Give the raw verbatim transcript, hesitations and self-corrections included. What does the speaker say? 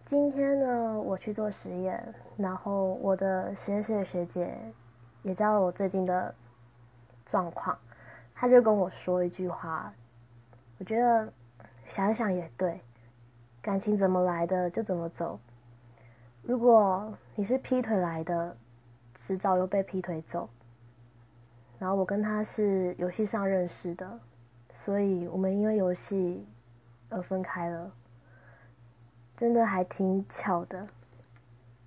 今天呢，我去做实验，然后我的实验室的学姐也知道我最近的状况，她就跟我说一句话，我觉得想想也对，感情怎么来的就怎么走。如果你是劈腿来的，迟早又被劈腿走。然后我跟他是游戏上认识的，所以我们因为游戏而分开了，真的还挺巧的。